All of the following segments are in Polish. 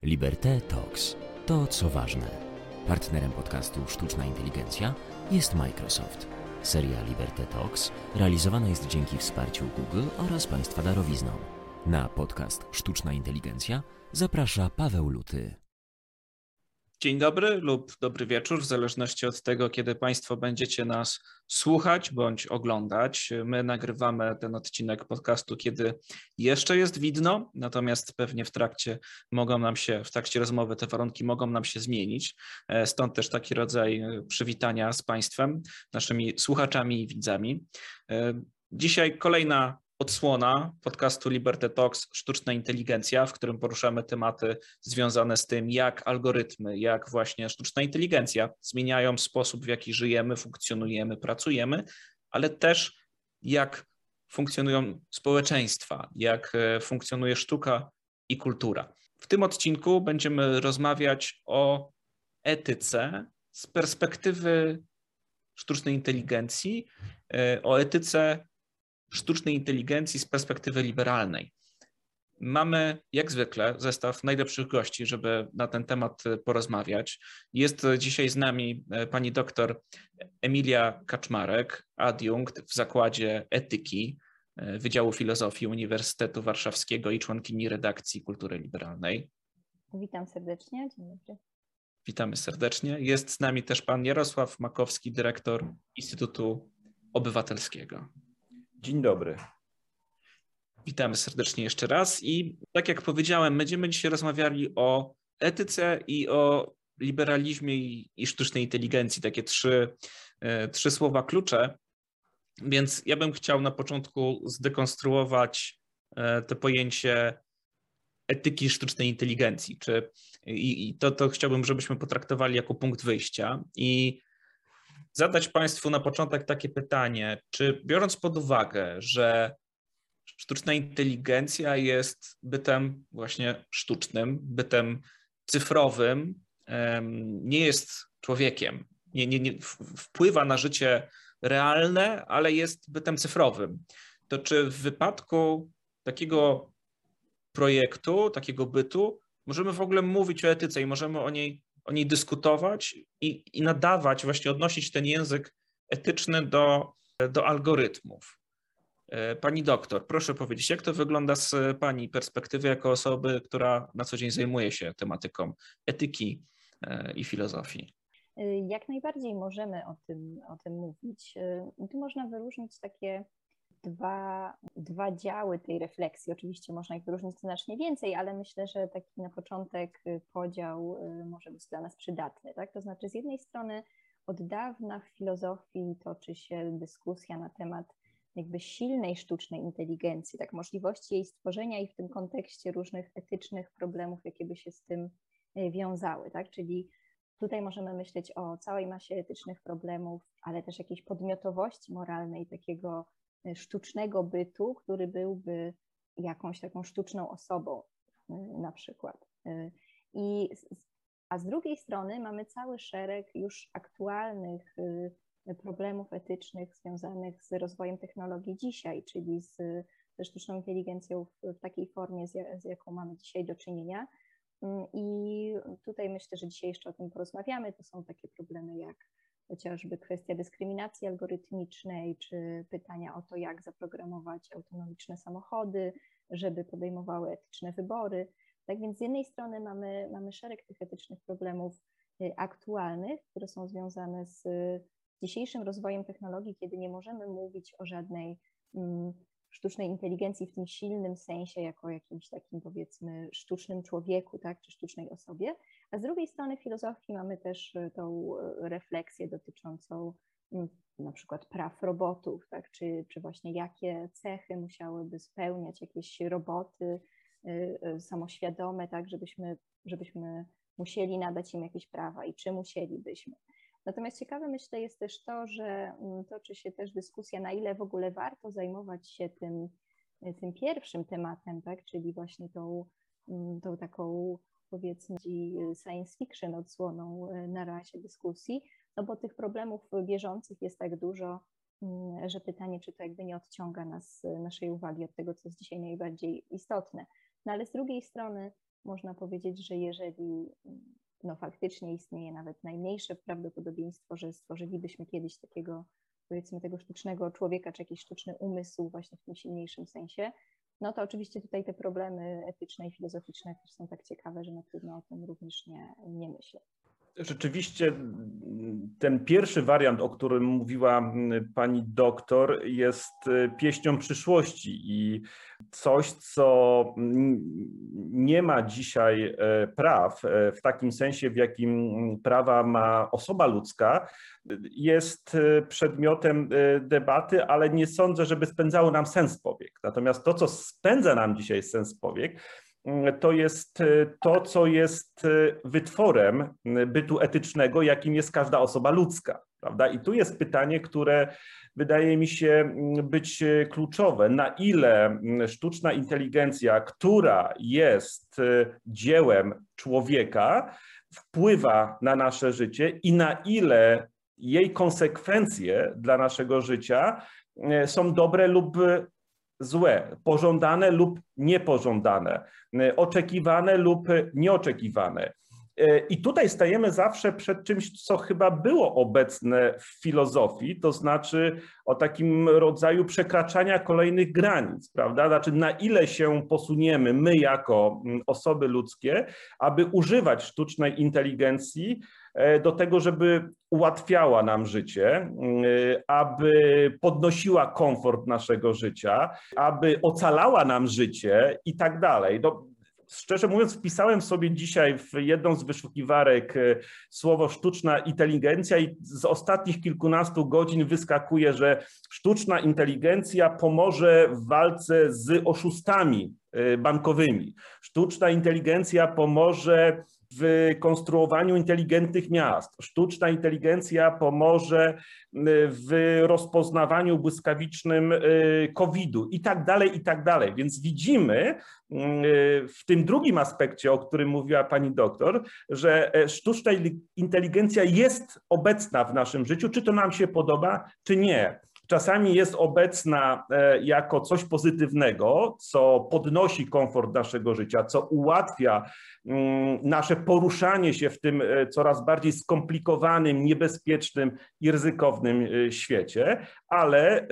Liberté Talks. To, co ważne. Partnerem podcastu Sztuczna Inteligencja jest Microsoft. Seria Liberté Talks realizowana jest dzięki wsparciu Google oraz Państwa darowizną. Na podcast Sztuczna Inteligencja zaprasza Paweł Luty. Dzień dobry lub dobry wieczór, w zależności od tego, kiedy Państwo będziecie nas słuchać bądź oglądać. My nagrywamy ten odcinek podcastu, kiedy jeszcze jest widno, natomiast pewnie w trakcie rozmowy te warunki mogą nam się zmienić. Stąd też taki rodzaj przywitania z Państwem, naszymi słuchaczami i widzami. Dzisiaj kolejna odsłona podcastu Liberté Talks Sztuczna Inteligencja, w którym poruszamy tematy związane z tym, jak algorytmy, jak właśnie sztuczna inteligencja zmieniają sposób, w jaki żyjemy, funkcjonujemy, pracujemy, ale też jak funkcjonują społeczeństwa, jak funkcjonuje sztuka i kultura. W tym odcinku będziemy rozmawiać o etyce z perspektywy sztucznej inteligencji, o etyce sztucznej inteligencji z perspektywy liberalnej. Mamy jak zwykle zestaw najlepszych gości, żeby na ten temat porozmawiać. Jest dzisiaj z nami pani doktor Emilia Kaczmarek, adiunkt w Zakładzie Etyki Wydziału Filozofii Uniwersytetu Warszawskiego i członkini redakcji Kultury Liberalnej. Witam serdecznie, dzień dobry. Witamy serdecznie. Jest z nami też pan Jarosław Makowski, dyrektor Instytutu Obywatelskiego. Dzień dobry. Witamy serdecznie jeszcze raz i tak jak powiedziałem, będziemy dzisiaj rozmawiali o etyce i o liberalizmie i sztucznej inteligencji, takie trzy słowa klucze, więc ja bym chciał na początku zdekonstruować to pojęcie etyki sztucznej inteligencji, to chciałbym, żebyśmy potraktowali jako punkt wyjścia i zadać Państwu na początek takie pytanie, czy biorąc pod uwagę, że sztuczna inteligencja jest bytem właśnie sztucznym, bytem cyfrowym, nie jest człowiekiem, nie wpływa na życie realne, ale jest bytem cyfrowym, to czy w wypadku takiego projektu, takiego bytu możemy w ogóle mówić o etyce i możemy o niej dyskutować i nadawać, właśnie odnosić ten język etyczny do algorytmów. Pani doktor, proszę powiedzieć, jak to wygląda z Pani perspektywy jako osoby, która na co dzień zajmuje się tematyką etyki i filozofii? Jak najbardziej możemy o tym mówić. Tu można wyróżnić takie dwa działy tej refleksji. Oczywiście można ich wyróżnić znacznie więcej, ale myślę, że taki na początek podział może być dla nas przydatny. Tak? To znaczy z jednej strony od dawna w filozofii toczy się dyskusja na temat jakby silnej sztucznej inteligencji, tak, możliwości jej stworzenia i w tym kontekście różnych etycznych problemów, jakie by się z tym wiązały, tak, czyli tutaj możemy myśleć o całej masie etycznych problemów, ale też jakiejś podmiotowości moralnej takiego sztucznego bytu, który byłby jakąś taką sztuczną osobą na przykład. A z drugiej strony mamy cały szereg już aktualnych problemów etycznych związanych z rozwojem technologii dzisiaj, czyli ze sztuczną inteligencją w takiej formie, z jaką mamy dzisiaj do czynienia. I tutaj myślę, że dzisiaj jeszcze o tym porozmawiamy. To są takie problemy jak chociażby kwestia dyskryminacji algorytmicznej, czy pytania o to, jak zaprogramować autonomiczne samochody, żeby podejmowały etyczne wybory. Tak więc z jednej strony mamy szereg tych etycznych problemów aktualnych, które są związane z dzisiejszym rozwojem technologii, kiedy nie możemy mówić o żadnej sztucznej inteligencji w tym silnym sensie, jako jakimś takim, powiedzmy, sztucznym człowieku, tak, czy sztucznej osobie, a z drugiej strony w filozofii mamy też tą refleksję dotyczącą na przykład praw robotów, tak, czy właśnie jakie cechy musiałyby spełniać jakieś roboty samoświadome, tak, żebyśmy musieli nadać im jakieś prawa i czy musielibyśmy. Natomiast ciekawe, myślę, jest też to, że toczy się też dyskusja, na ile w ogóle warto zajmować się tym pierwszym tematem, tak? Czyli właśnie tą taką, powiedzmy, science fiction odsłoną na razie dyskusji, no bo tych problemów bieżących jest tak dużo, że pytanie, czy to jakby nie odciąga naszej uwagi od tego, co jest dzisiaj najbardziej istotne. No ale z drugiej strony można powiedzieć, że jeżeli faktycznie istnieje nawet najmniejsze prawdopodobieństwo, że stworzylibyśmy kiedyś takiego, powiedzmy, tego sztucznego człowieka, czy jakiś sztuczny umysł właśnie w tym silniejszym sensie, no to oczywiście tutaj te problemy etyczne i filozoficzne też są tak ciekawe, że trudno o tym również nie myśleć. Rzeczywiście ten pierwszy wariant, o którym mówiła pani doktor, jest pieśnią przyszłości i coś, co nie ma dzisiaj praw w takim sensie, w jakim prawa ma osoba ludzka, jest przedmiotem debaty, ale nie sądzę, żeby spędzało nam sens powiek. Natomiast to, co spędza nam dzisiaj sens powiek, to jest to, co jest wytworem bytu etycznego, jakim jest każda osoba ludzka, prawda? I tu jest pytanie, które wydaje mi się być kluczowe. Na ile sztuczna inteligencja, która jest dziełem człowieka, wpływa na nasze życie i na ile jej konsekwencje dla naszego życia są dobre lub złe, pożądane lub niepożądane, oczekiwane lub nieoczekiwane. I tutaj stajemy zawsze przed czymś, co chyba było obecne w filozofii, to znaczy o takim rodzaju przekraczania kolejnych granic, prawda? Znaczy na ile się posuniemy my jako osoby ludzkie, aby używać sztucznej inteligencji do tego, żeby ułatwiała nam życie, aby podnosiła komfort naszego życia, aby ocalała nam życie i tak dalej. Szczerze mówiąc, wpisałem sobie dzisiaj w jedną z wyszukiwarek słowo sztuczna inteligencja i z ostatnich kilkunastu godzin wyskakuje, że sztuczna inteligencja pomoże w walce z oszustami bankowymi. Sztuczna inteligencja pomoże w konstruowaniu inteligentnych miast. Sztuczna inteligencja pomoże w rozpoznawaniu błyskawicznym COVID-u i tak dalej, i tak dalej. Więc widzimy w tym drugim aspekcie, o którym mówiła pani doktor, że sztuczna inteligencja jest obecna w naszym życiu, czy to nam się podoba, czy nie. Czasami jest obecna jako coś pozytywnego, co podnosi komfort naszego życia, co ułatwia nasze poruszanie się w tym coraz bardziej skomplikowanym, niebezpiecznym i ryzykownym świecie, ale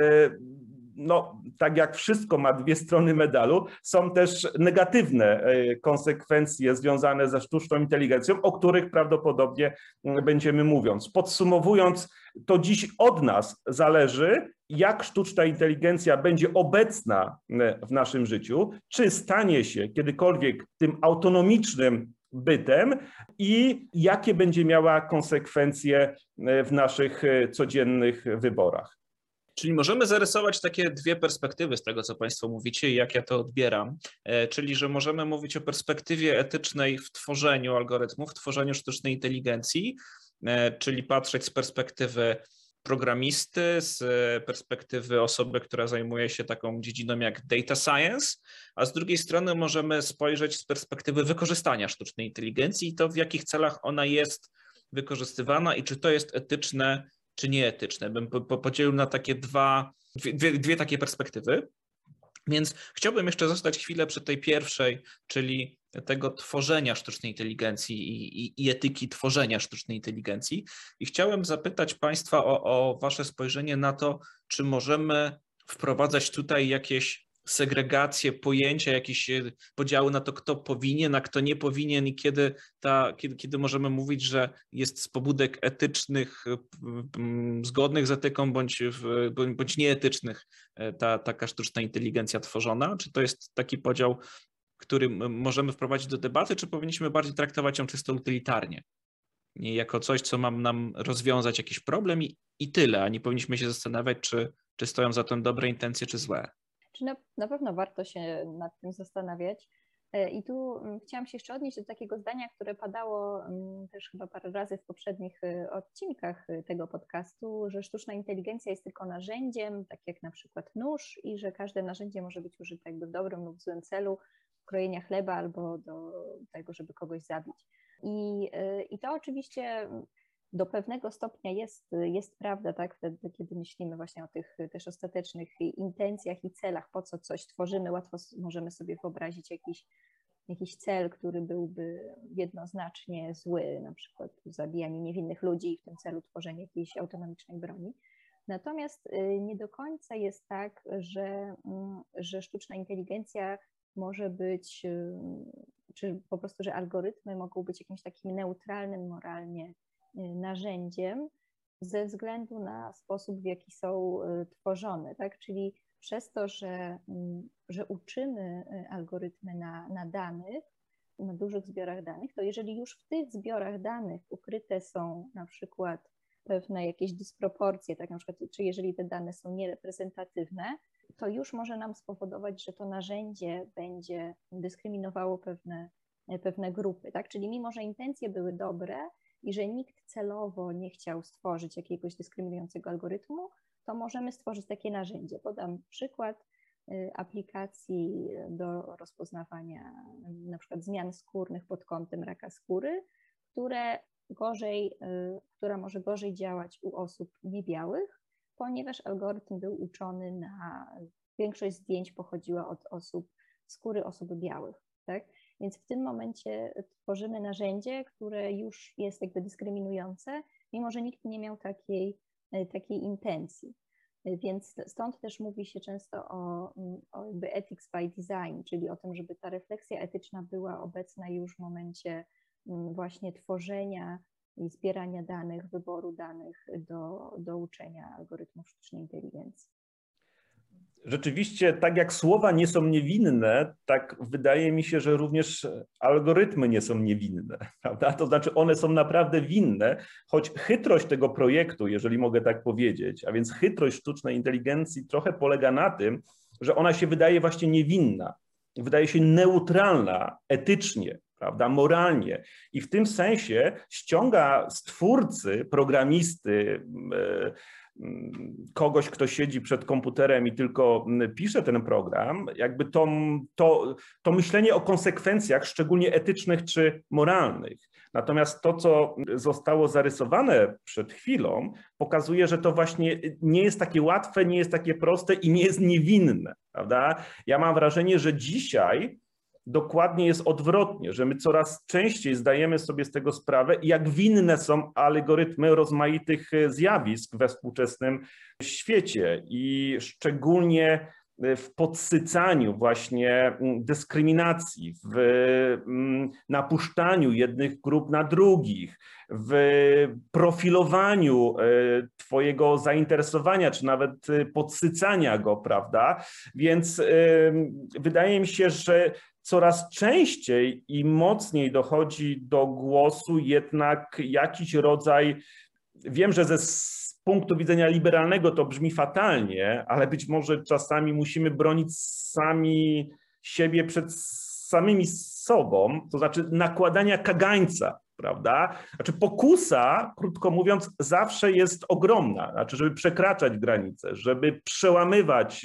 tak jak wszystko ma dwie strony medalu, są też negatywne konsekwencje związane ze sztuczną inteligencją, o których prawdopodobnie będziemy mówiąc. Podsumowując, to dziś od nas zależy, jak sztuczna inteligencja będzie obecna w naszym życiu, czy stanie się kiedykolwiek tym autonomicznym bytem i jakie będzie miała konsekwencje w naszych codziennych wyborach. Czyli możemy zarysować takie dwie perspektywy z tego, co Państwo mówicie i jak ja to odbieram. Czyli, że możemy mówić o perspektywie etycznej w tworzeniu algorytmów, w tworzeniu sztucznej inteligencji, czyli patrzeć z perspektywy programisty, z perspektywy osoby, która zajmuje się taką dziedziną jak data science, a z drugiej strony możemy spojrzeć z perspektywy wykorzystania sztucznej inteligencji i to, w jakich celach ona jest wykorzystywana i czy to jest etyczne, czy nieetyczne. Bym podzielił na takie dwie takie perspektywy. Więc chciałbym jeszcze zostać chwilę przy tej pierwszej, czyli tego tworzenia sztucznej inteligencji i etyki tworzenia sztucznej inteligencji. I chciałem zapytać Państwa o Wasze spojrzenie na to, czy możemy wprowadzać tutaj jakieś segregacje, pojęcia, jakieś podziały na to, kto powinien, a kto nie powinien i kiedy możemy mówić, że jest z pobudek etycznych, zgodnych z etyką bądź nieetycznych taka sztuczna inteligencja tworzona? Czy to jest taki podział, który możemy wprowadzić do debaty, czy powinniśmy bardziej traktować ją czysto utylitarnie? Nie jako coś, co ma nam rozwiązać jakiś problem i tyle, a nie powinniśmy się zastanawiać, czy stoją za tym dobre intencje, czy złe. Czy na pewno warto się nad tym zastanawiać. I tu chciałam się jeszcze odnieść do takiego zdania, które padało też chyba parę razy w poprzednich odcinkach tego podcastu, że sztuczna inteligencja jest tylko narzędziem, tak jak na przykład nóż, i że każde narzędzie może być użyte jakby w dobrym lub w złym celu krojenia chleba albo do tego, żeby kogoś zabić. I to oczywiście do pewnego stopnia jest prawda, tak? Wtedy, kiedy myślimy właśnie o tych też ostatecznych intencjach i celach, po co coś tworzymy, łatwo możemy sobie wyobrazić jakiś jakiś cel, który byłby jednoznacznie zły, na przykład zabijanie niewinnych ludzi i w tym celu tworzenie jakiejś autonomicznej broni. Natomiast nie do końca jest tak, że sztuczna inteligencja może być, czy po prostu, że algorytmy mogą być jakimś takim neutralnym moralnie narzędziem ze względu na sposób, w jaki są tworzone, tak? Czyli przez to, że uczymy algorytmy na danych, na dużych zbiorach danych, to jeżeli już w tych zbiorach danych ukryte są na przykład pewne jakieś dysproporcje, tak na przykład, czy jeżeli te dane są niereprezentatywne, to już może nam spowodować, że to narzędzie będzie dyskryminowało pewne grupy, tak? Czyli mimo, że intencje były dobre i że nikt celowo nie chciał stworzyć jakiegoś dyskryminującego algorytmu, to możemy stworzyć takie narzędzie. Podam przykład aplikacji do rozpoznawania na przykład zmian skórnych pod kątem raka skóry, która może gorzej działać u osób niebiałych, ponieważ algorytm był uczony większość zdjęć pochodziła od skóry osób białych, tak? Więc w tym momencie tworzymy narzędzie, które już jest jakby dyskryminujące, mimo że nikt nie miał takiej intencji. Więc stąd też mówi się często o jakby ethics by design, czyli o tym, żeby ta refleksja etyczna była obecna już w momencie właśnie tworzenia i zbierania danych, wyboru danych do uczenia algorytmów sztucznej inteligencji. Rzeczywiście, tak jak słowa nie są niewinne, tak wydaje mi się, że również algorytmy nie są niewinne, prawda? To znaczy one są naprawdę winne, choć chytrość tego projektu, jeżeli mogę tak powiedzieć, a więc chytrość sztucznej inteligencji trochę polega na tym, że ona się wydaje właśnie niewinna, wydaje się neutralna etycznie, prawda, moralnie i w tym sensie ściąga z twórcy, programisty, kogoś, kto siedzi przed komputerem i tylko pisze ten program, jakby to myślenie o konsekwencjach, szczególnie etycznych czy moralnych. Natomiast to, co zostało zarysowane przed chwilą, pokazuje, że to właśnie nie jest takie łatwe, nie jest takie proste i nie jest niewinne, prawda? Ja mam wrażenie, że dzisiaj dokładnie jest odwrotnie, że my coraz częściej zdajemy sobie z tego sprawę, jak winne są algorytmy rozmaitych zjawisk we współczesnym świecie i szczególnie w podsycaniu właśnie dyskryminacji, w napuszczaniu jednych grup na drugich, w profilowaniu twojego zainteresowania, czy nawet podsycania go, prawda? Więc wydaje mi się, że coraz częściej i mocniej dochodzi do głosu jednak jakiś rodzaj, wiem, że z punktu widzenia liberalnego to brzmi fatalnie, ale być może czasami musimy bronić sami siebie przed samymi sobą, to znaczy nakładania kagańca, prawda? Znaczy pokusa, krótko mówiąc, zawsze jest ogromna, znaczy żeby przekraczać granice, żeby przełamywać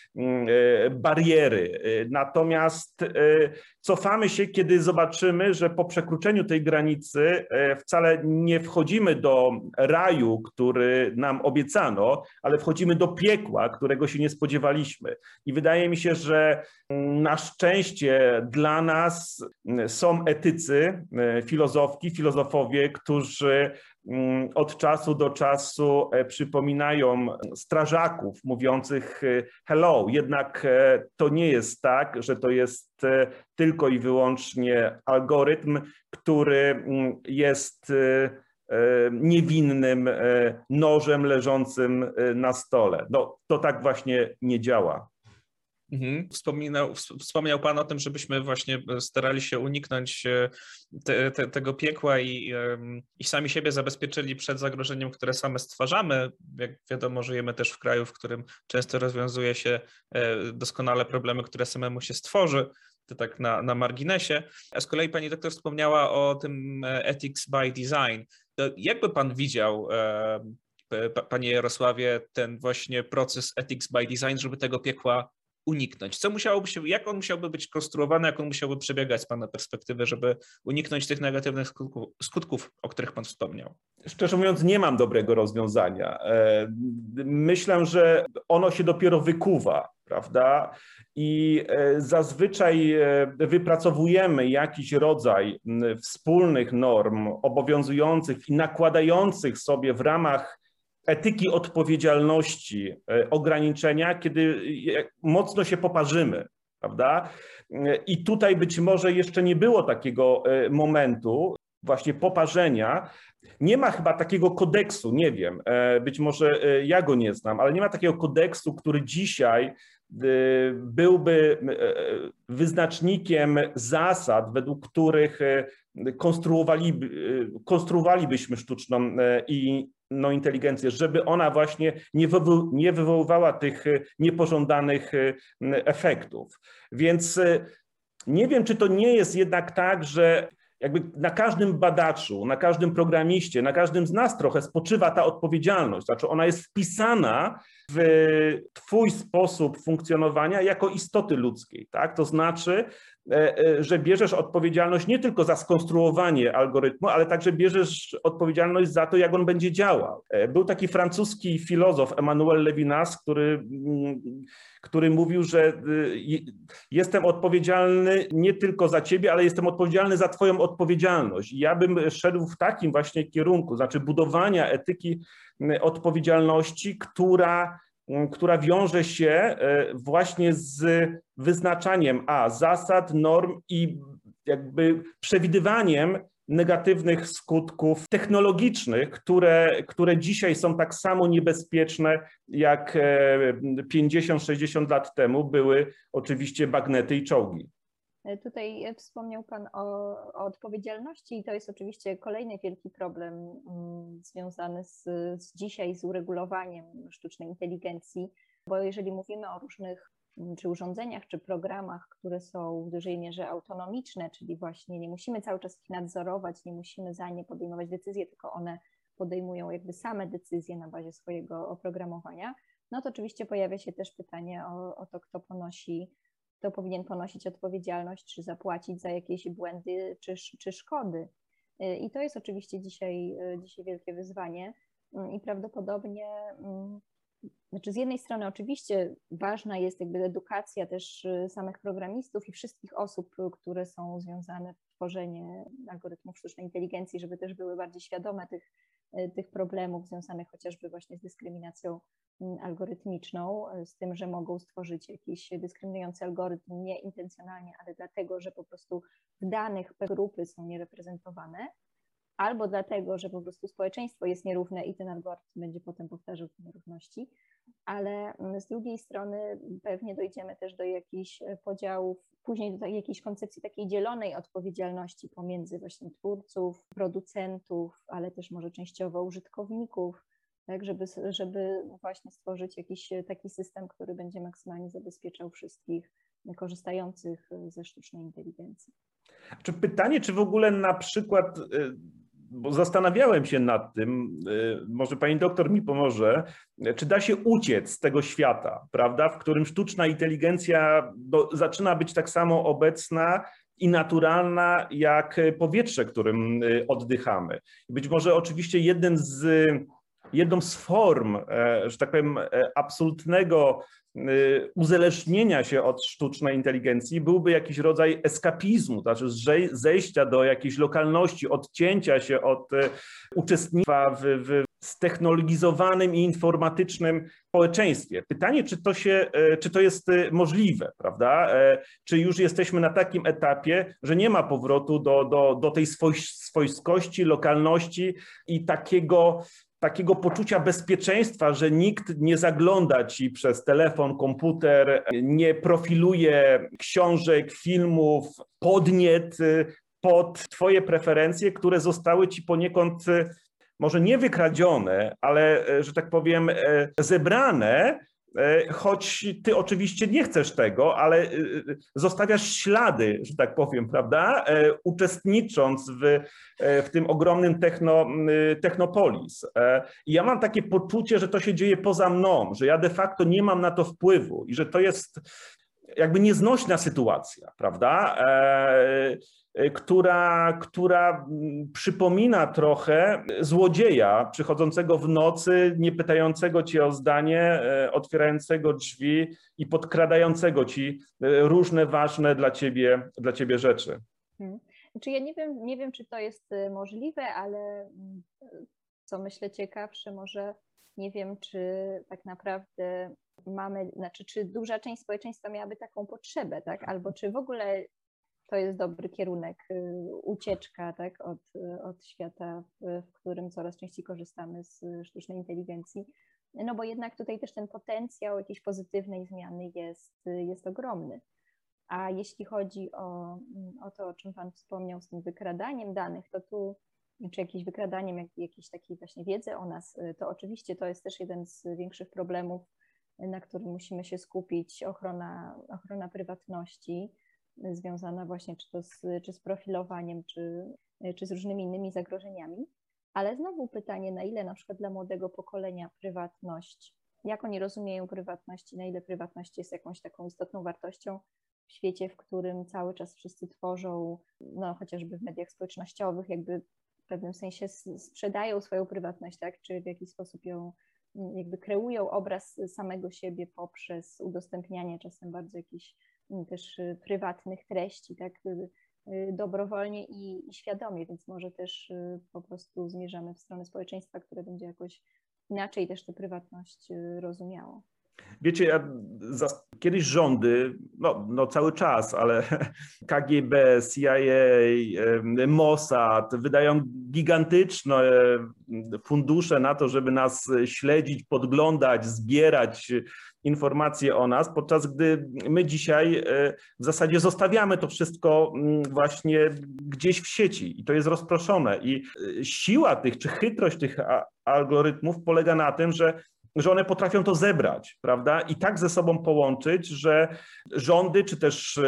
bariery. Natomiast cofamy się, kiedy zobaczymy, że po przekroczeniu tej granicy wcale nie wchodzimy do raju, który nam obiecano, ale wchodzimy do piekła, którego się nie spodziewaliśmy. I wydaje mi się, że na szczęście dla nas są etycy, filozofowie, którzy od czasu do czasu przypominają strażaków mówiących hello, jednak to nie jest tak, że to jest tylko i wyłącznie algorytm, który jest niewinnym nożem leżącym na stole. No, to tak właśnie nie działa. Wspomniał Pan o tym, żebyśmy właśnie starali się uniknąć tego piekła i sami siebie zabezpieczyli przed zagrożeniem, które same stwarzamy. Jak wiadomo, żyjemy też w kraju, w którym często rozwiązuje się doskonale problemy, które samemu się stworzy. To tak na marginesie. A z kolei pani doktor wspomniała o tym ethics by design. To jakby Pan widział, Panie Jarosławie, ten właśnie proces ethics by design, żeby tego piekła uniknąć? Jak on musiałby być konstruowany, jak on musiałby przebiegać z Pana perspektywy, żeby uniknąć tych negatywnych skutków, o których Pan wspomniał? Szczerze mówiąc, nie mam dobrego rozwiązania. Myślę, że ono się dopiero wykuwa, prawda? I zazwyczaj wypracowujemy jakiś rodzaj wspólnych norm obowiązujących i nakładających sobie w ramach etyki odpowiedzialności ograniczenia, kiedy mocno się poparzymy, prawda? I tutaj być może jeszcze nie było takiego momentu właśnie poparzenia. Nie ma chyba takiego kodeksu, nie wiem, być może ja go nie znam, ale nie ma takiego kodeksu, który dzisiaj byłby wyznacznikiem zasad, według których konstruowalibyśmy sztuczną inteligencję, żeby ona właśnie nie wywoływała tych niepożądanych efektów. Więc nie wiem, czy to nie jest jednak tak, że jakby na każdym badaczu, na każdym programiście, na każdym z nas trochę spoczywa ta odpowiedzialność. Znaczy ona jest wpisana w twój sposób funkcjonowania jako istoty ludzkiej, tak? To znaczy, że bierzesz odpowiedzialność nie tylko za skonstruowanie algorytmu, ale także bierzesz odpowiedzialność za to, jak on będzie działał. Był taki francuski filozof Emmanuel Levinas, który mówił, że jestem odpowiedzialny nie tylko za ciebie, ale jestem odpowiedzialny za twoją odpowiedzialność. I ja bym szedł w takim właśnie kierunku, znaczy budowania etyki odpowiedzialności, która wiąże się właśnie z wyznaczaniem zasad, norm i jakby przewidywaniem negatywnych skutków technologicznych, które dzisiaj są tak samo niebezpieczne, jak 50-60 lat temu były oczywiście bagnety i czołgi. Tutaj wspomniał Pan o odpowiedzialności i to jest oczywiście kolejny wielki problem związany dzisiaj z uregulowaniem sztucznej inteligencji, bo jeżeli mówimy o różnych czy urządzeniach, czy programach, które są w dużej mierze autonomiczne, czyli właśnie nie musimy cały czas ich nadzorować, nie musimy za nie podejmować decyzji, tylko one podejmują jakby same decyzje na bazie swojego oprogramowania, no to oczywiście pojawia się też pytanie o to, kto powinien ponosić odpowiedzialność, czy zapłacić za jakieś błędy, czy szkody. I to jest oczywiście dzisiaj wielkie wyzwanie i prawdopodobnie, znaczy z jednej strony oczywiście ważna jest jakby edukacja też samych programistów i wszystkich osób, które są związane w tworzeniu algorytmów sztucznej inteligencji, żeby też były bardziej świadome tych problemów związanych chociażby właśnie z dyskryminacją algorytmiczną, z tym, że mogą stworzyć jakiś dyskryminujący algorytm nieintencjonalnie, ale dlatego, że po prostu w danych grupy są niereprezentowane, albo dlatego, że po prostu społeczeństwo jest nierówne i ten algorytm będzie potem powtarzał te nierówności, ale z drugiej strony pewnie dojdziemy też do jakichś podziałów, później do jakiejś koncepcji takiej dzielonej odpowiedzialności pomiędzy właśnie twórców, producentów, ale też może częściowo użytkowników, tak, żeby właśnie stworzyć jakiś taki system, który będzie maksymalnie zabezpieczał wszystkich korzystających ze sztucznej inteligencji. Czy pytanie, czy w ogóle na przykład, bo zastanawiałem się nad tym, może pani doktor mi pomoże, czy da się uciec z tego świata, prawda, w którym sztuczna inteligencja zaczyna być tak samo obecna i naturalna jak powietrze, którym oddychamy. Być może oczywiście jedną z form, że tak powiem, absolutnego uzależnienia się od sztucznej inteligencji byłby jakiś rodzaj eskapizmu, to znaczy zejścia do jakiejś lokalności, odcięcia się od uczestnictwa w ztechnologizowanym i informatycznym społeczeństwie. Pytanie, czy to jest możliwe, prawda? Czy już jesteśmy na takim etapie, że nie ma powrotu do tej swojskości, lokalności i takiego poczucia bezpieczeństwa, że nikt nie zagląda ci przez telefon, komputer, nie profiluje książek, filmów, podniet pod twoje preferencje, które zostały ci poniekąd może nie wykradzione, ale, że tak powiem, zebrane, choć ty oczywiście nie chcesz tego, ale zostawiasz ślady, że tak powiem, prawda, uczestnicząc w tym ogromnym technopolis. I ja mam takie poczucie, że to się dzieje poza mną, że ja de facto nie mam na to wpływu i że to jest jakby nieznośna sytuacja, prawda? Która przypomina trochę złodzieja przychodzącego w nocy, nie pytającego cię o zdanie, otwierającego drzwi i podkradającego ci różne ważne dla ciebie rzeczy. Znaczy ja nie wiem, czy to jest możliwe, ale co myślę ciekawsze, może nie wiem, czy tak naprawdę czy duża część społeczeństwa miałaby taką potrzebę, tak? Albo czy w ogóle to jest dobry kierunek, ucieczka, tak? Od świata, w którym coraz częściej korzystamy z sztucznej inteligencji. No bo jednak tutaj też ten potencjał jakiejś pozytywnej zmiany jest ogromny. A jeśli chodzi o to, o czym Pan wspomniał z tym wykradaniem danych, to tu, czy jakimś wykradaniem jakiejś takiej właśnie wiedzy o nas, to oczywiście to jest też jeden z większych problemów, na którym musimy się skupić, ochrona prywatności związana właśnie czy z profilowaniem, czy z różnymi innymi zagrożeniami. Ale znowu pytanie, na ile na przykład dla młodego pokolenia prywatność, jak oni rozumieją prywatność i na ile prywatność jest jakąś taką istotną wartością w świecie, w którym cały czas wszyscy tworzą, no chociażby w mediach społecznościowych, jakby w pewnym sensie sprzedają swoją prywatność, tak? Czy w jakiś sposób ją jakby kreują obraz samego siebie poprzez udostępnianie czasem bardzo jakichś też prywatnych treści, tak? Dobrowolnie i świadomie, więc może też po prostu zmierzamy w stronę społeczeństwa, które będzie jakoś inaczej też tę prywatność rozumiało. Wiecie, kiedyś rządy, no cały czas, ale KGB, CIA, Mossad wydają gigantyczne fundusze na to, żeby nas śledzić, podglądać, zbierać informacje o nas, podczas gdy my dzisiaj w zasadzie zostawiamy to wszystko właśnie gdzieś w sieci i to jest rozproszone. I siła tych, czy chytrość tych algorytmów polega na tym, że one potrafią to zebrać, prawda? I tak ze sobą połączyć, że rządy, czy też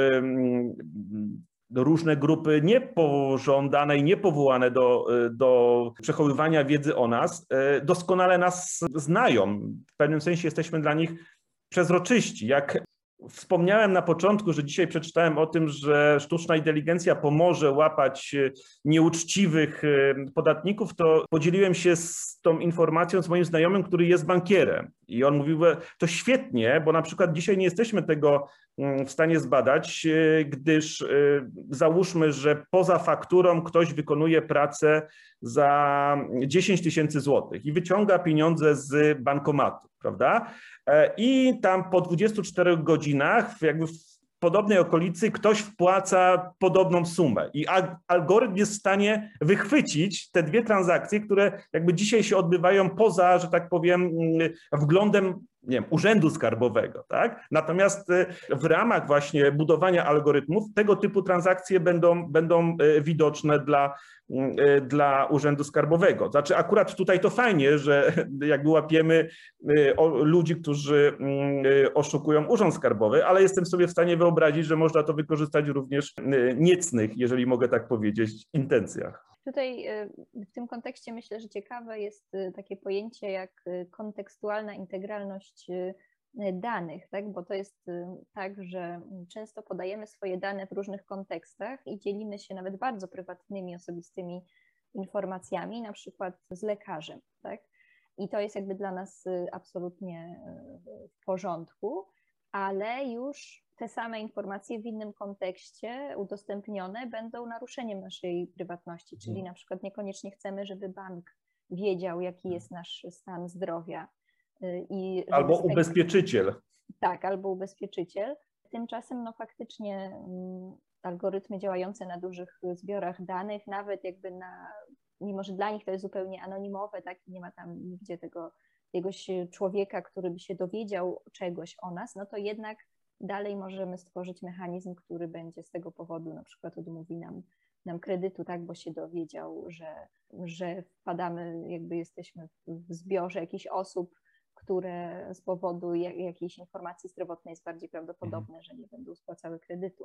różne grupy niepożądane i niepowołane do przechowywania wiedzy o nas, doskonale nas znają. W pewnym sensie jesteśmy dla nich przezroczyści. Jak wspomniałem na początku, że dzisiaj przeczytałem o tym, że sztuczna inteligencja pomoże łapać nieuczciwych podatników, to podzieliłem się z tą informacją z moim znajomym, który jest bankierem. I on mówił, to świetnie, bo na przykład dzisiaj nie jesteśmy tego w stanie zbadać, gdyż załóżmy, że poza fakturą ktoś wykonuje pracę za 10 000 złotych i wyciąga pieniądze z bankomatu, prawda? I tam po 24 godzinach jakby w podobnej okolicy ktoś wpłaca podobną sumę i algorytm jest w stanie wychwycić te dwie transakcje, które jakby dzisiaj się odbywają poza, że tak powiem, wglądem, nie wiem, urzędu skarbowego, tak? Natomiast w ramach właśnie budowania algorytmów tego typu transakcje będą widoczne dla urzędu skarbowego. Znaczy akurat tutaj to fajnie, że jakby łapiemy ludzi, którzy oszukują urząd skarbowy, ale jestem sobie w stanie wyobrazić, że można to wykorzystać również w niecnych, jeżeli mogę tak powiedzieć, intencjach. Tutaj w tym kontekście myślę, że ciekawe jest takie pojęcie jak kontekstualna integralność danych, tak? Bo to jest tak, że często podajemy swoje dane w różnych kontekstach i dzielimy się nawet bardzo prywatnymi, osobistymi informacjami, na przykład z lekarzem, tak? I to jest jakby dla nas absolutnie w porządku, ale już te same informacje w innym kontekście udostępnione będą naruszeniem naszej prywatności, czyli na przykład niekoniecznie chcemy, żeby bank wiedział, jaki jest nasz stan zdrowia. Albo ubezpieczyciel. Tak, albo ubezpieczyciel. Tymczasem no faktycznie algorytmy działające na dużych zbiorach danych, nawet jakby mimo że dla nich to jest zupełnie anonimowe, tak, nie ma tam nigdzie jakiegoś człowieka, który by się dowiedział czegoś o nas, no to jednak dalej możemy stworzyć mechanizm, który będzie z tego powodu na przykład odmówi nam kredytu, tak, bo się dowiedział, że wpadamy, jakby jesteśmy w zbiorze jakichś osób, które z powodu jakiejś informacji zdrowotnej jest bardziej prawdopodobne, że nie będą spłacały kredytu.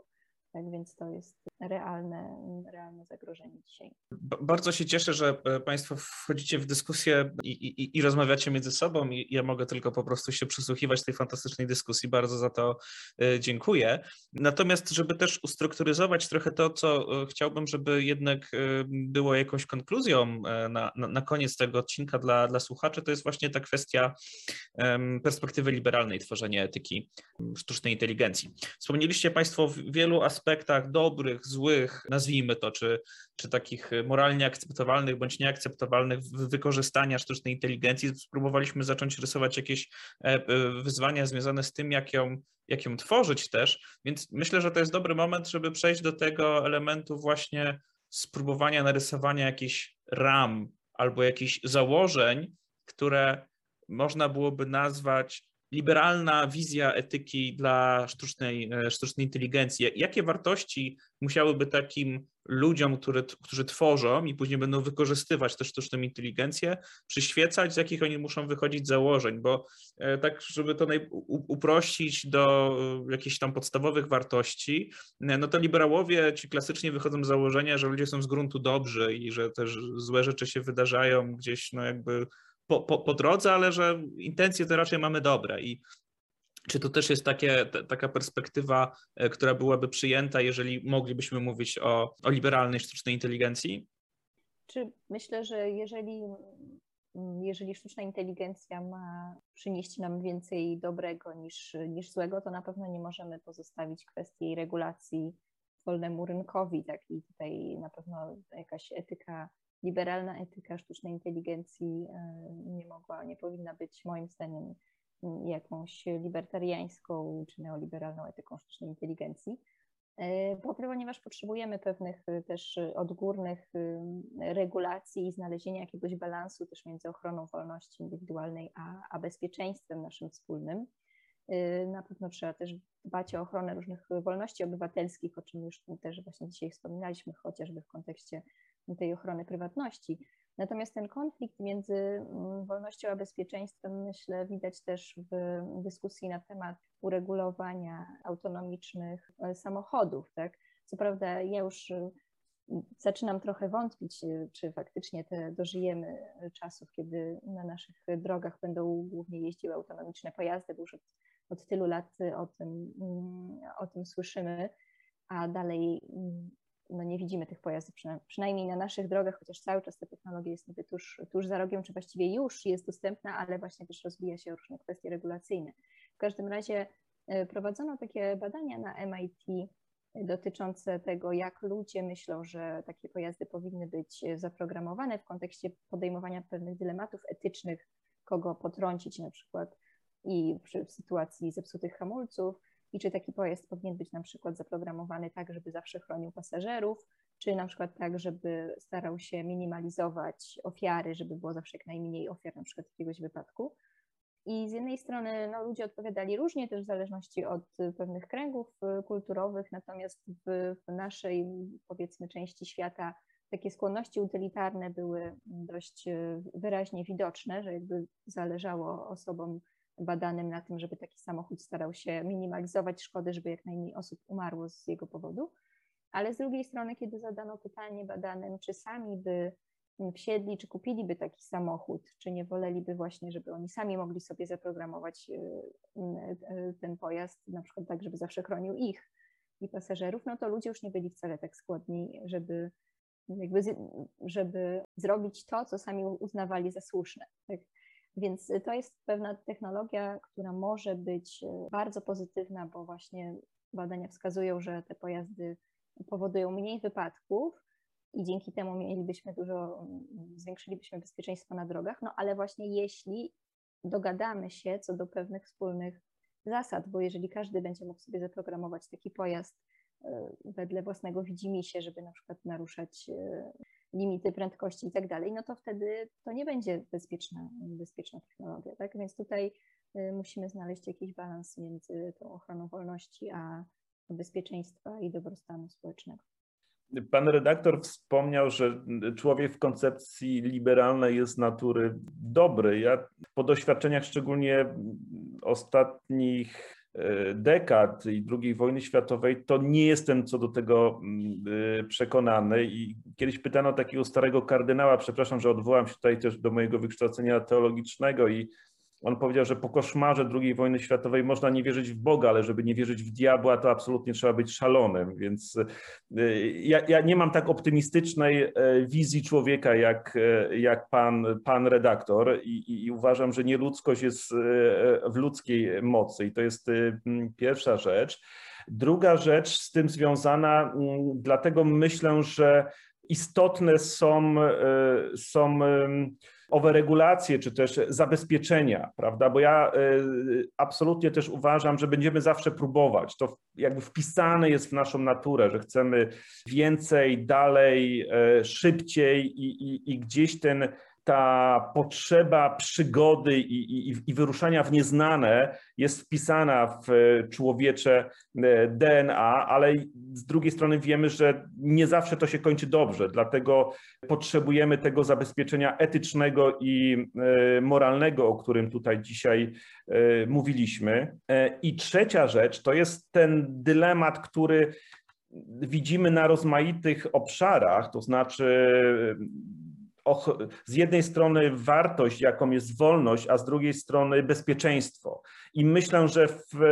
Tak więc to jest realne zagrożenie dzisiaj. Bardzo się cieszę, że Państwo wchodzicie w dyskusję i rozmawiacie między sobą i ja mogę tylko po prostu się przysłuchiwać tej fantastycznej dyskusji. Bardzo za to dziękuję. Natomiast, żeby też ustrukturyzować trochę to, co chciałbym, żeby jednak było jakąś konkluzją na koniec tego odcinka dla słuchaczy, to jest właśnie ta kwestia perspektywy liberalnej tworzenia etyki sztucznej inteligencji. Wspomnieliście Państwo w wielu aspektach dobrych, złych, nazwijmy to, czy takich moralnie akceptowalnych bądź nieakceptowalnych wykorzystania sztucznej inteligencji. Spróbowaliśmy zacząć rysować jakieś wyzwania związane z tym, jak ją tworzyć też, więc myślę, że to jest dobry moment, żeby przejść do tego elementu właśnie spróbowania narysowania jakichś ram albo jakichś założeń, które można byłoby nazwać liberalna wizja etyki dla sztucznej inteligencji. Jakie wartości musiałyby takim ludziom, którzy tworzą i później będą wykorzystywać tę sztuczną inteligencję, przyświecać, z jakich oni muszą wychodzić założeń? Bo tak, żeby to uprościć do jakichś tam podstawowych wartości, no to liberałowie ci klasycznie wychodzą z założenia, że ludzie są z gruntu dobrzy i że też złe rzeczy się wydarzają gdzieś no jakby po drodze, ale że intencje to raczej mamy dobre. I czy to też jest taka perspektywa, która byłaby przyjęta, jeżeli moglibyśmy mówić o liberalnej sztucznej inteligencji? Myślę, że jeżeli sztuczna inteligencja ma przynieść nam więcej dobrego niż złego, to na pewno nie możemy pozostawić kwestii jej regulacji wolnemu rynkowi. Tak? I tutaj na pewno jakaś liberalna etyka sztucznej inteligencji nie powinna być moim zdaniem jakąś libertariańską czy neoliberalną etyką sztucznej inteligencji, ponieważ potrzebujemy pewnych też odgórnych regulacji i znalezienia jakiegoś balansu też między ochroną wolności indywidualnej a bezpieczeństwem naszym wspólnym. Na pewno trzeba też dbać o ochronę różnych wolności obywatelskich, o czym już też właśnie dzisiaj wspominaliśmy, chociażby w kontekście tej ochrony prywatności. Natomiast ten konflikt między wolnością a bezpieczeństwem, myślę, widać też w dyskusji na temat uregulowania autonomicznych samochodów. Tak? Co prawda ja już zaczynam trochę wątpić, czy faktycznie dożyjemy czasów, kiedy na naszych drogach będą głównie jeździły autonomiczne pojazdy, bo już od tylu lat o tym słyszymy, a dalej no nie widzimy tych pojazdów, przynajmniej na naszych drogach, chociaż cały czas ta technologia jest niby tuż za rogiem, czy właściwie już jest dostępna, ale właśnie też rozwija się o różne kwestie regulacyjne. W każdym razie prowadzono takie badania na MIT dotyczące tego, jak ludzie myślą, że takie pojazdy powinny być zaprogramowane w kontekście podejmowania pewnych dylematów etycznych, kogo potrącić na przykład i w sytuacji zepsutych hamulców, i czy taki pojazd powinien być na przykład zaprogramowany tak, żeby zawsze chronił pasażerów, czy na przykład tak, żeby starał się minimalizować ofiary, żeby było zawsze jak najmniej ofiar na przykład jakiegoś wypadku. I z jednej strony no, ludzie odpowiadali różnie, też w zależności od pewnych kręgów kulturowych, natomiast w naszej, powiedzmy, części świata takie skłonności utylitarne były dość wyraźnie widoczne, że jakby zależało osobom badanym na tym, żeby taki samochód starał się minimalizować szkody, żeby jak najmniej osób umarło z jego powodu. Ale z drugiej strony, kiedy zadano pytanie badanym, czy sami by wsiedli, czy kupiliby taki samochód, czy nie woleliby właśnie, żeby oni sami mogli sobie zaprogramować ten pojazd, na przykład tak, żeby zawsze chronił ich i pasażerów, no to ludzie już nie byli wcale tak skłonni, żeby zrobić to, co sami uznawali za słuszne. Tak? Więc to jest pewna technologia, która może być bardzo pozytywna, bo właśnie badania wskazują, że te pojazdy powodują mniej wypadków i dzięki temu zwiększylibyśmy bezpieczeństwo na drogach, no ale właśnie jeśli dogadamy się co do pewnych wspólnych zasad, bo jeżeli każdy będzie mógł sobie zaprogramować taki pojazd wedle własnego widzimisię, żeby na przykład naruszać limity prędkości i tak dalej, no to wtedy to nie będzie bezpieczna technologia, tak? Więc tutaj musimy znaleźć jakiś balans między tą ochroną wolności a bezpieczeństwa i dobrostanu społecznego. Pan redaktor wspomniał, że człowiek w koncepcji liberalnej jest z natury dobry. Ja po doświadczeniach szczególnie ostatnich dekad i II wojny światowej, to nie jestem co do tego przekonany. I kiedyś pytano takiego starego kardynała, przepraszam, że odwołam się tutaj też do mojego wykształcenia teologicznego, i on powiedział, że po koszmarze II wojny światowej można nie wierzyć w Boga, ale żeby nie wierzyć w diabła, to absolutnie trzeba być szalonym. Więc ja nie mam tak optymistycznej wizji człowieka jak pan redaktor i uważam, że nieludzkość jest w ludzkiej mocy i to jest pierwsza rzecz. Druga rzecz z tym związana, dlatego myślę, że istotne są owe regulacje, czy też zabezpieczenia, prawda? Bo ja absolutnie też uważam, że będziemy zawsze próbować. To jakby wpisane jest w naszą naturę, że chcemy więcej, dalej, szybciej i gdzieś ta potrzeba przygody i wyruszania w nieznane jest wpisana w człowiecze DNA, ale z drugiej strony wiemy, że nie zawsze to się kończy dobrze, dlatego potrzebujemy tego zabezpieczenia etycznego i moralnego, o którym tutaj dzisiaj mówiliśmy. I trzecia rzecz to jest ten dylemat, który widzimy na rozmaitych obszarach, to znaczy z jednej strony wartość, jaką jest wolność, a z drugiej strony bezpieczeństwo. I myślę, że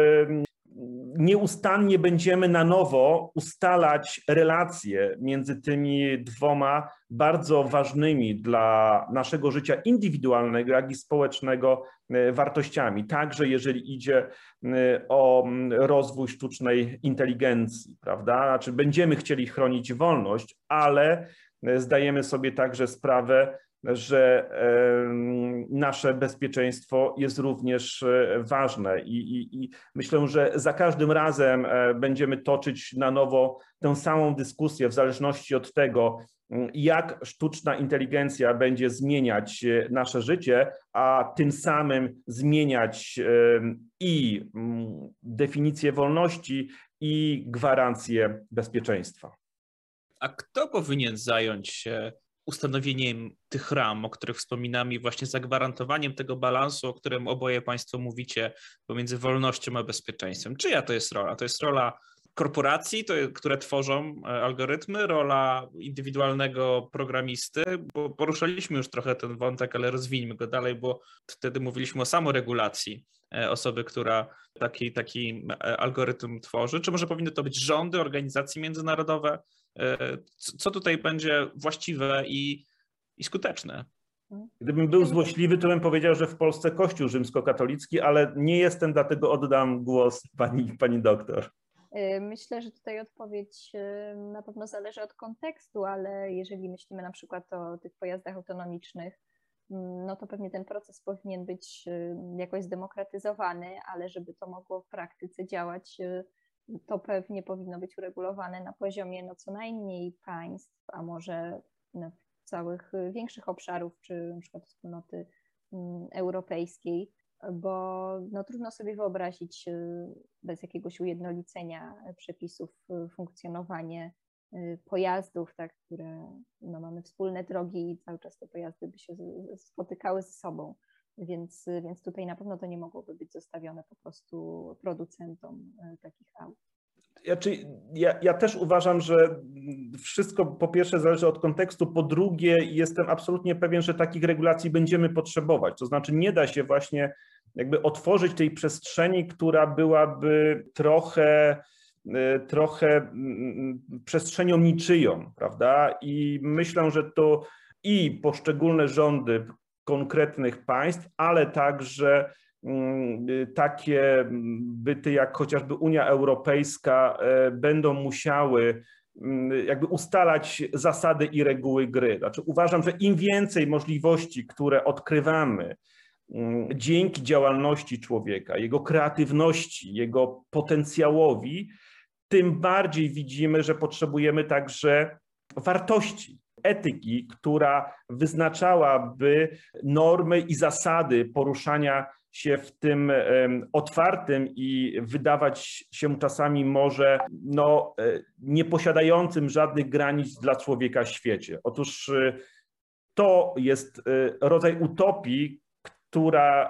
nieustannie będziemy na nowo ustalać relacje między tymi dwoma bardzo ważnymi dla naszego życia indywidualnego, jak i społecznego wartościami. Także jeżeli idzie o rozwój sztucznej inteligencji, prawda? Znaczy będziemy chcieli chronić wolność, ale zdajemy sobie także sprawę, że nasze bezpieczeństwo jest również ważne i myślę, że za każdym razem będziemy toczyć na nowo tę samą dyskusję w zależności od tego, jak sztuczna inteligencja będzie zmieniać nasze życie, a tym samym zmieniać i definicję wolności, i gwarancję bezpieczeństwa. A kto powinien zająć się ustanowieniem tych ram, o których wspominamy, i właśnie zagwarantowaniem tego balansu, o którym oboje Państwo mówicie, pomiędzy wolnością a bezpieczeństwem? Czyja to jest rola? To jest rola korporacji, które tworzą algorytmy, rola indywidualnego programisty, bo poruszaliśmy już trochę ten wątek, ale rozwijmy go dalej, bo wtedy mówiliśmy o samoregulacji osoby, która taki algorytm tworzy. Czy może powinny to być rządy, organizacje międzynarodowe? Co tutaj będzie właściwe i skuteczne? Gdybym był złośliwy, to bym powiedział, że w Polsce Kościół rzymskokatolicki, ale nie jestem, dlatego oddam głos pani doktor. Myślę, że tutaj odpowiedź na pewno zależy od kontekstu, ale jeżeli myślimy na przykład o tych pojazdach autonomicznych, no to pewnie ten proces powinien być jakoś zdemokratyzowany, ale żeby to mogło w praktyce działać, to pewnie powinno być uregulowane na poziomie no co najmniej państw, a może całych większych obszarów, czy na przykład wspólnoty europejskiej, bo no, trudno sobie wyobrazić bez jakiegoś ujednolicenia przepisów funkcjonowanie pojazdów, tak, które no, mamy wspólne drogi i cały czas te pojazdy by się spotykały ze sobą, więc tutaj na pewno to nie mogłoby być zostawione po prostu producentom takich aut. Ja też uważam, że wszystko po pierwsze zależy od kontekstu, po drugie jestem absolutnie pewien, że takich regulacji będziemy potrzebować. To znaczy nie da się właśnie jakby otworzyć tej przestrzeni, która byłaby trochę przestrzenią niczyją, prawda? I myślę, że to i poszczególne rządy konkretnych państw, ale także takie byty jak chociażby Unia Europejska będą musiały jakby ustalać zasady i reguły gry. Znaczy uważam, że im więcej możliwości, które odkrywamy dzięki działalności człowieka, jego kreatywności, jego potencjałowi, tym bardziej widzimy, że potrzebujemy także wartości, etyki, która wyznaczałaby normy i zasady poruszania się w tym otwartym i wydawać się czasami może nieposiadającym żadnych granic dla człowieka świecie. Otóż to jest rodzaj utopii, która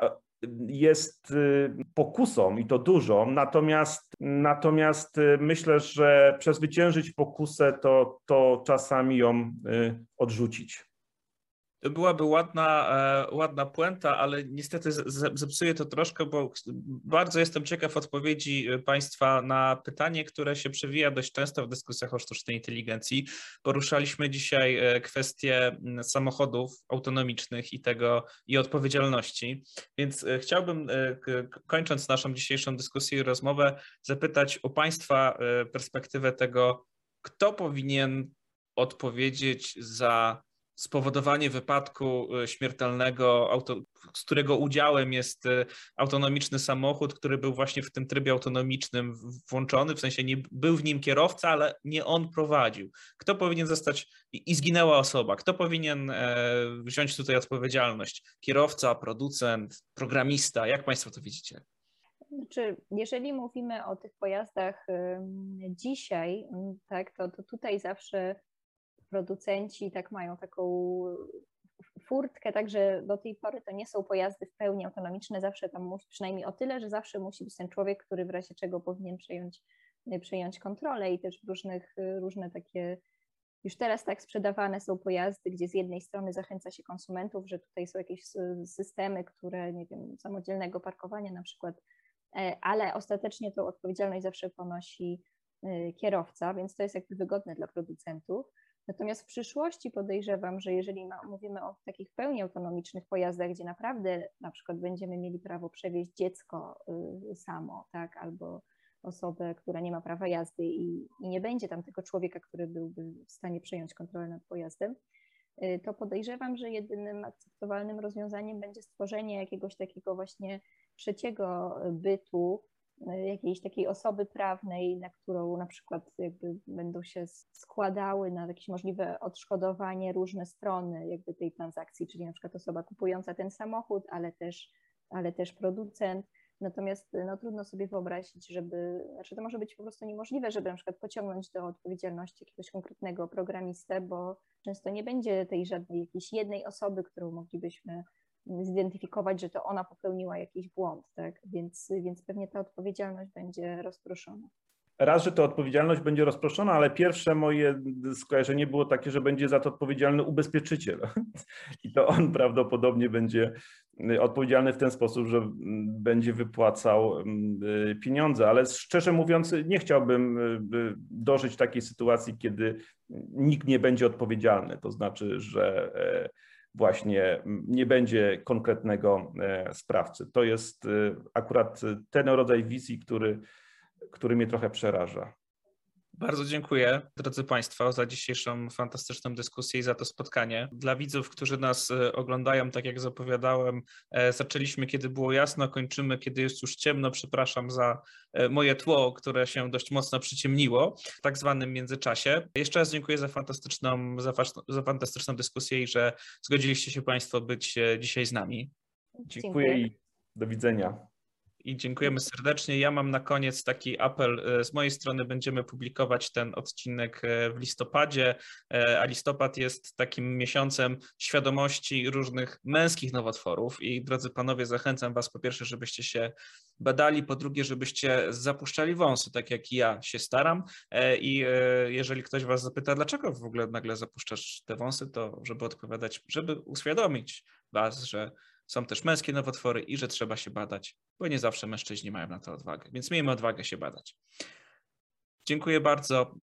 jest pokusą i to dużą, natomiast myślę, że przezwyciężyć pokusę to czasami ją odrzucić. To byłaby ładna puenta, ale niestety zepsuję to troszkę, bo bardzo jestem ciekaw odpowiedzi Państwa na pytanie, które się przewija dość często w dyskusjach o sztucznej inteligencji. Poruszaliśmy dzisiaj kwestię samochodów autonomicznych i odpowiedzialności, więc chciałbym, kończąc naszą dzisiejszą dyskusję i rozmowę, zapytać o Państwa perspektywę tego, kto powinien odpowiedzieć za spowodowanie wypadku śmiertelnego, z którego udziałem jest autonomiczny samochód, który był właśnie w tym trybie autonomicznym włączony, w sensie nie był w nim kierowca, ale nie on prowadził. Kto powinien zostać, i zginęła osoba, kto powinien wziąć tutaj odpowiedzialność? Kierowca, producent, programista, jak Państwo to widzicie? Znaczy, jeżeli mówimy o tych pojazdach dzisiaj, tak, to tutaj zawsze producenci tak mają taką furtkę, także do tej pory to nie są pojazdy w pełni autonomiczne, zawsze tam musi, przynajmniej o tyle, że zawsze musi być ten człowiek, który w razie czego powinien przejąć kontrolę i też różne takie, już teraz tak sprzedawane są pojazdy, gdzie z jednej strony zachęca się konsumentów, że tutaj są jakieś systemy, które, nie wiem, samodzielnego parkowania na przykład, ale ostatecznie tą odpowiedzialność zawsze ponosi kierowca, więc to jest jakby wygodne dla producentów. Natomiast w przyszłości podejrzewam, że jeżeli mówimy o takich pełni autonomicznych pojazdach, gdzie naprawdę na przykład będziemy mieli prawo przewieźć dziecko samo, tak, albo osobę, która nie ma prawa jazdy i nie będzie tam tego człowieka, który byłby w stanie przejąć kontrolę nad pojazdem, to podejrzewam, że jedynym akceptowalnym rozwiązaniem będzie stworzenie jakiegoś takiego właśnie trzeciego bytu, jakiejś takiej osoby prawnej, na którą na przykład jakby będą się składały na jakieś możliwe odszkodowanie różne strony jakby tej transakcji, czyli na przykład osoba kupująca ten samochód, ale też producent. Natomiast no, trudno sobie wyobrazić, to może być po prostu niemożliwe, żeby na przykład pociągnąć do odpowiedzialności jakiegoś konkretnego programistę, bo często nie będzie tej żadnej jakiejś jednej osoby, którą moglibyśmy zidentyfikować, że to ona popełniła jakiś błąd, tak? Więc pewnie ta odpowiedzialność będzie rozproszona. Raz, że ta odpowiedzialność będzie rozproszona, ale pierwsze moje skojarzenie było takie, że będzie za to odpowiedzialny ubezpieczyciel i to on prawdopodobnie będzie odpowiedzialny w ten sposób, że będzie wypłacał pieniądze, ale szczerze mówiąc nie chciałbym dożyć takiej sytuacji, kiedy nikt nie będzie odpowiedzialny, to znaczy, że właśnie nie będzie konkretnego sprawcy. To jest akurat ten rodzaj wizji, który mnie trochę przeraża. Bardzo dziękuję, drodzy Państwo, za dzisiejszą fantastyczną dyskusję i za to spotkanie. Dla widzów, którzy nas oglądają, tak jak zapowiadałem, zaczęliśmy, kiedy było jasno, kończymy, kiedy jest już ciemno. Przepraszam za moje tło, które się dość mocno przyciemniło w tak zwanym międzyczasie. Jeszcze raz dziękuję za fantastyczną dyskusję i że zgodziliście się Państwo być dzisiaj z nami. Dziękuję i do widzenia. I dziękujemy serdecznie. Ja mam na koniec taki apel z mojej strony. Będziemy publikować ten odcinek w listopadzie, a listopad jest takim miesiącem świadomości różnych męskich nowotworów. I drodzy panowie, zachęcam was po pierwsze, żebyście się badali, po drugie, żebyście zapuszczali wąsy, tak jak ja się staram. I jeżeli ktoś was zapyta, dlaczego w ogóle nagle zapuszczasz te wąsy, to żeby odpowiadać, żeby uświadomić was, że są też męskie nowotwory i że trzeba się badać, bo nie zawsze mężczyźni mają na to odwagę, więc miejmy odwagę się badać. Dziękuję bardzo.